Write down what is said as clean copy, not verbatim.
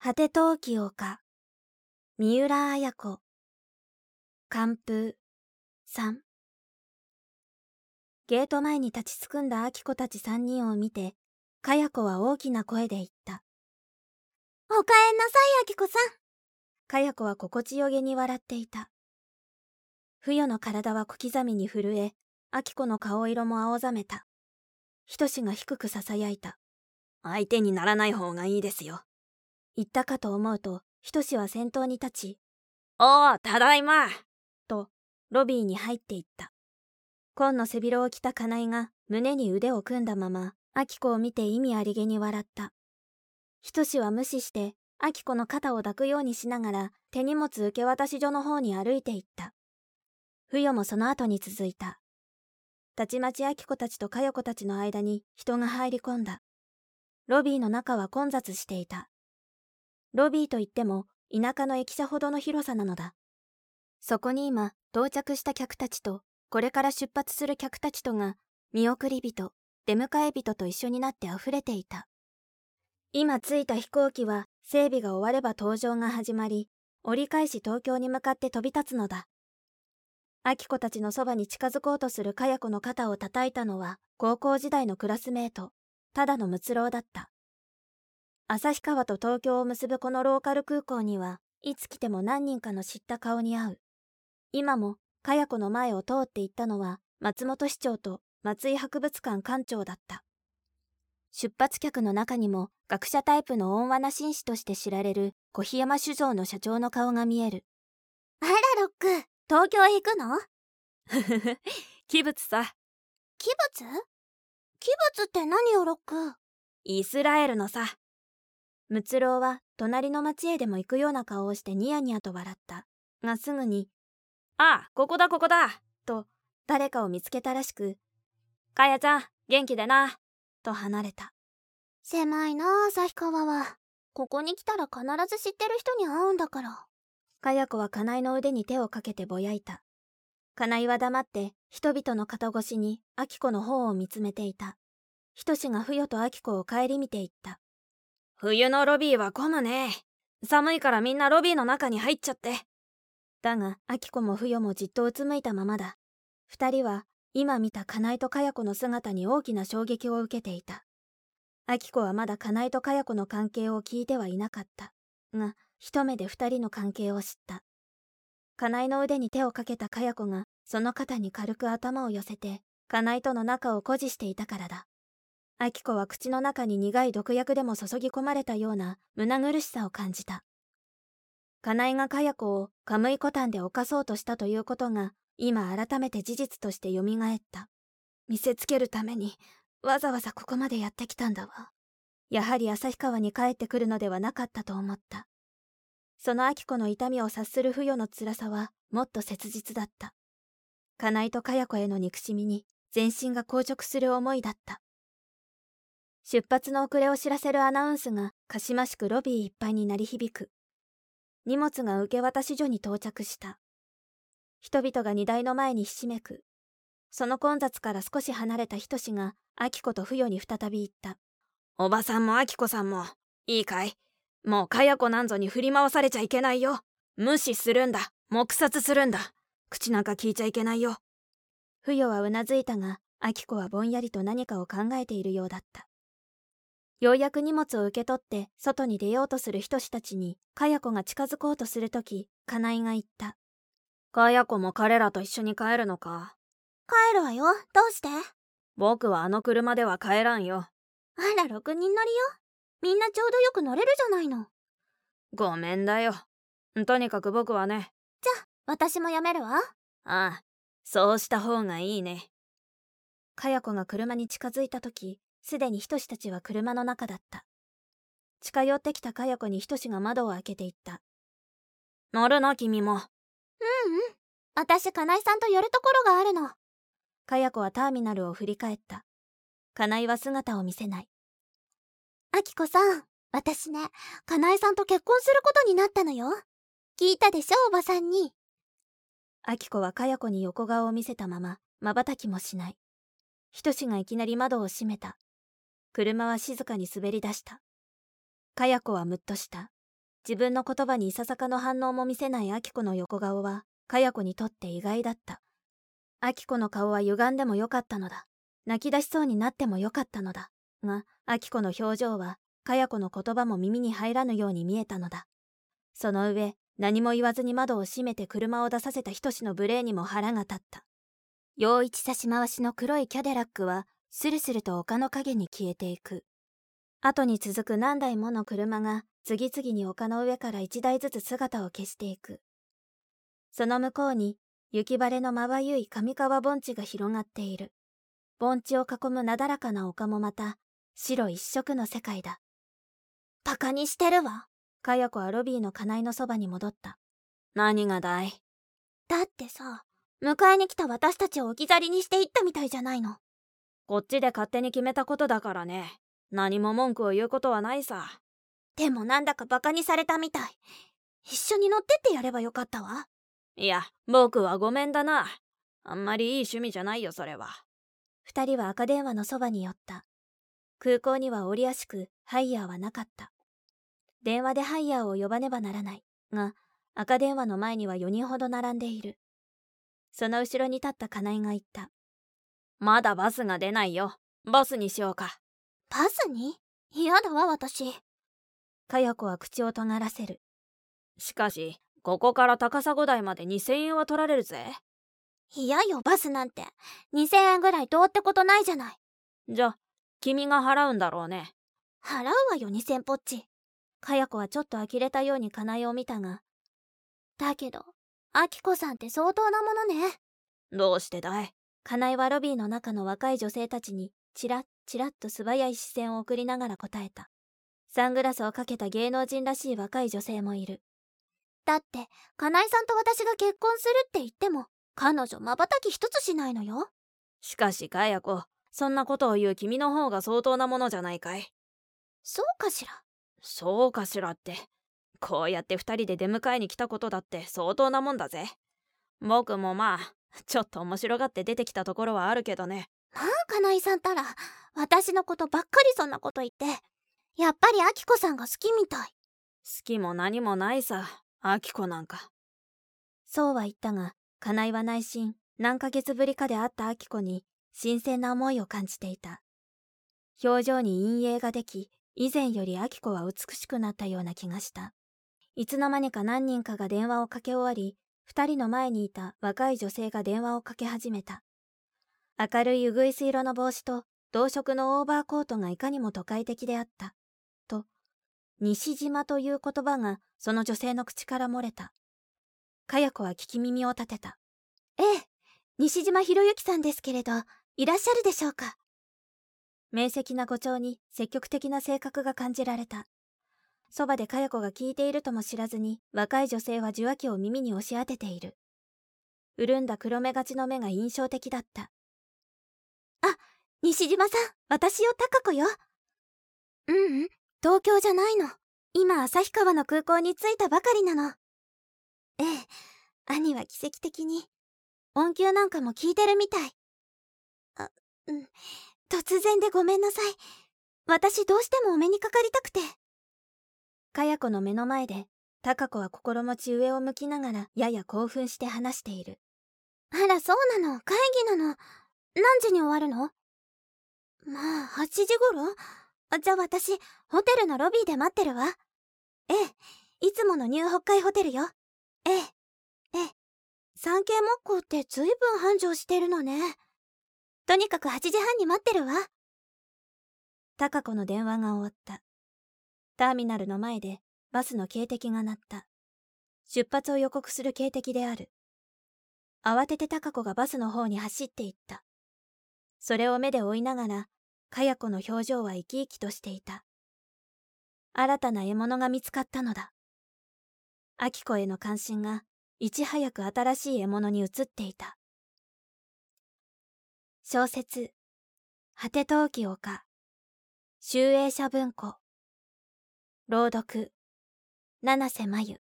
果て陶器丘、三浦綾子、寒風、3。ゲート前に立ちすくんだ明子たち3人を見て、かや子は大きな声で言った。 おかえんなさい、明子さん。 かや子は心地よげに笑っていた。ふよの体は小刻みに震え、明子の顔色も青ざめた。ひとしが低くささやいた。 相手にならない方がいいですよ。 言ったかと思うと、ひとしは先頭に立ち、 おお、ただいまと、ロビーに入っていった。紺の背広を着た金井が胸に腕を組んだまま、明子を見て意味ありげに笑った。ひとしは無視して、明子の肩を抱くようにしながら、手荷物受け渡し所の方に歩いていった。ふよもその後に続いた。たちまち明子たちとかよ子たちの間に人が入り込んだ。ロビーの中は混雑していた。ロビーといっても、田舎の駅舎ほどの広さなのだ。そこに今、到着した客たちと、これから出発する客たちとが、見送り人、出迎え人と一緒になって溢れていた。今着いた飛行機は、整備が終われば搭乗が始まり、折り返し東京に向かって飛び立つのだ。明子たちのそばに近づこうとするかや子の肩を叩いたのは、高校時代のクラスメート、ただのむつろうだった。旭川と東京を結ぶこのローカル空港には、いつ来ても何人かの知った顔に会う。今も、かや子の前を通って行ったのは、松本市長と松井博物館館長だった。出発客の中にも、学者タイプの温和な紳士として知られる小檜山酒造の社長の顔が見える。 あら、ロック、東京へ行くの？ ふふふ、器物さ。 器物？器物って何よ、ロック？ イスラエルのさ。 むつろうは隣の町へでも行くような顔をしてニヤニヤと笑った。がすぐに、 ああ、ここだここだと誰かを見つけたらしく、 かやちゃん、元気でなと離れた。 狭いなあ、旭川は。ここに来たら必ず知ってる人に会うんだから。 かや子は金井の腕に手をかけてぼやいた。金井は黙って人々の肩越しに明子の方を見つめていた。ひとしがふよと明子を顧みていった。 冬のロビーは混むね。寒いからみんなロビーの中に入っちゃって。 だが明子もふよもじっとうつむいたままだ。二人は今見た金井とかや子の姿に大きな衝撃を受けていた。明子はまだ金井とかや子の関係を聞いてはいなかった。が、一目で二人の関係を知った。金井の腕に手をかけたかや子がその肩に軽く頭を寄せて、金井との仲を誇示していたからだ。明子は口の中に苦い毒薬でも注ぎ込まれたような胸苦しさを感じた。金井がかや子をカムイコタンで犯そうとしたということが今改めて事実として蘇った。見せつけるためにわざわざここまでやってきたんだわ。やはり旭川に帰ってくるのではなかったと思った。その明子の痛みを察する不与の辛さはもっと切実だった。金井とかや子への憎しみに全身が硬直する思いだった。出発の遅れを知らせるアナウンスがかしましくロビーいっぱいに鳴り響く。荷物が受け渡し所に到着した。人々が荷台の前にひしめく。その混雑から少し離れたひとしが明子と不与に再び言った。 おばさんも明子さんも、いいかい？もうかや子なんぞに振り回されちゃいけないよ。無視するんだ。黙殺するんだ。口なんか聞いちゃいけないよ。 不与はうなずいたが、明子はぼんやりと何かを考えているようだった。ようやく荷物を受け取って外に出ようとするひとしたちにかや子が近づこうとするとき、金井が言った。 かや子も彼らと一緒に帰るのか？ 帰るわよ。どうして？ 僕はあの車では帰らんよ。 あら、6人乗りよ。みんなちょうどよく乗れるじゃないの。 ごめんだよ。とにかく僕はね。 じゃあ、私もやめるわ。 ああ、そうした方がいいね。 かや子が車に近づいたとき、すでにひとしたちは車の中だった。近寄ってきたかや子にひとしが窓を開けていった。 乗るの君も。 うんうん。私、金井さんと寄るところがあるの。 かや子はターミナルを振り返った。金井は姿を見せない。 明子さん、私ね、金井さんと結婚することになったのよ。聞いたでしょ、おばさんに。 明子はかや子に横顔を見せたまま、瞬きもしない。ひとしがいきなり窓を閉めた。車は静かに滑り出した。かや子はムッとした。 自分の言葉にいささかの反応も見せない明子の横顔は、かや子にとって意外だった。明子の顔は歪んでもよかったのだ。泣き出しそうになってもよかったのだ。が、明子の表情は、かや子の言葉も耳に入らぬように見えたのだ。その上、何も言わずに窓を閉めて車を出させた仁の無礼にも腹が立った。陽一差し回しの黒いキャデラックは、スルスルと丘の影に消えていく。後に続く何台もの車が、次々に丘の上から一台ずつ姿を消していく。その向こうに、雪晴れのまばゆい上川盆地が広がっている。盆地を囲むなだらかな丘もまた、白一色の世界だ。 バカにしてるわ。 かや子はロビーの金井のそばに戻った。何がだい？ だってさ、迎えに来た私たちを置き去りにしていったみたいじゃないの。 こっちで勝手に決めたことだからね。何も文句を言うことはないさ。 でもなんだかバカにされたみたい。一緒に乗ってってやればよかったわ。 いや、僕はごめんだな。あんまりいい趣味じゃないよ、それは。 二人は赤電話のそばに寄った。空港には折りやしくハイヤーはなかった。電話でハイヤーを呼ばねばならない。が、赤電話の前には4人ほど並んでいる。その後ろに立った金井が言った。 まだバスが出ないよ。バスにしようか。 バスに？嫌だわ、私。 かや子は口を尖らせる。 しかし、ここから高砂台まで2000円は取られるぜ。 嫌よ、バスなんて。2000円ぐらいどうってことないじゃない。 じゃあ、君が払うんだろうね。 払うわよ、2000ポッチ。 かや子はちょっと呆れたように金井を見たが。 だけど、明子さんって相当なものね。 どうしてだい？ 金井はロビーの中の若い女性たちにチラッチラッと素早い視線を送りながら答えた。サングラスをかけた芸能人らしい若い女性もいる。 だって、金井さんと私が結婚するって言っても、彼女瞬き一つしないのよ。 しかしかや子、そんなことを言う君の方が相当なものじゃないかい。 そうかしら。 そうかしらって。こうやって二人で出迎えに来たことだって相当なもんだぜ。僕もまあ、ちょっと面白がって出てきたところはあるけどね。 まあ、金井さんたら、私のことばっかりそんなこと言って。やっぱり明子さんが好きみたい。 好きも何もないさ、明子なんか。 そうは言ったが、金井は内心、何ヶ月ぶりかで会った明子に、新鮮な思いを感じていた。表情に陰影ができ、以前より明子は美しくなったような気がした。いつの間にか何人かが電話をかけ終わり、二人の前にいた若い女性が電話をかけ始めた。明るいうぐいす色の帽子と同色のオーバーコートがいかにも都会的であった。と、西島という言葉がその女性の口から漏れた。かや子は聞き耳を立てた。 ええ、西島博之さんですけれど、いらっしゃるでしょうか。 明晰な語調に積極的な性格が感じられた。そばでかや子が聞いているとも知らずに、若い女性は受話器を耳に押し当てている。潤んだ黒目がちの目が印象的だった。 あ、西島さん、私よ、貴子よ。ううん、東京じゃないの。今、旭川の空港に着いたばかりなの。ええ、兄は奇跡的に、音球なんかも聞いてるみたい。突然でごめんなさい。私どうしてもお目にかかりたくて。 かや子の目の前で、貴子は心持ち上を向きながらやや興奮して話している。 あら、そうなの。会議なの。何時に終わるの？まあ、8時頃？じゃあ私、ホテルのロビーで待ってるわ。ええ、いつものニュー北海ホテルよ。ええ、ええ。産経木工ってずいぶん繁盛してるのね。とにかく8時半に待ってるわ。 貴子の電話が終わった。ターミナルの前でバスの警笛が鳴った。出発を予告する警笛である。慌てて貴子がバスの方に走っていった。それを目で追いながら、かや子の表情は生き生きとしていた。新たな獲物が見つかったのだ。明子への関心がいち早く新しい獲物に移っていた。小説、果て陶器丘、集英社文庫。朗読、七瀬真由。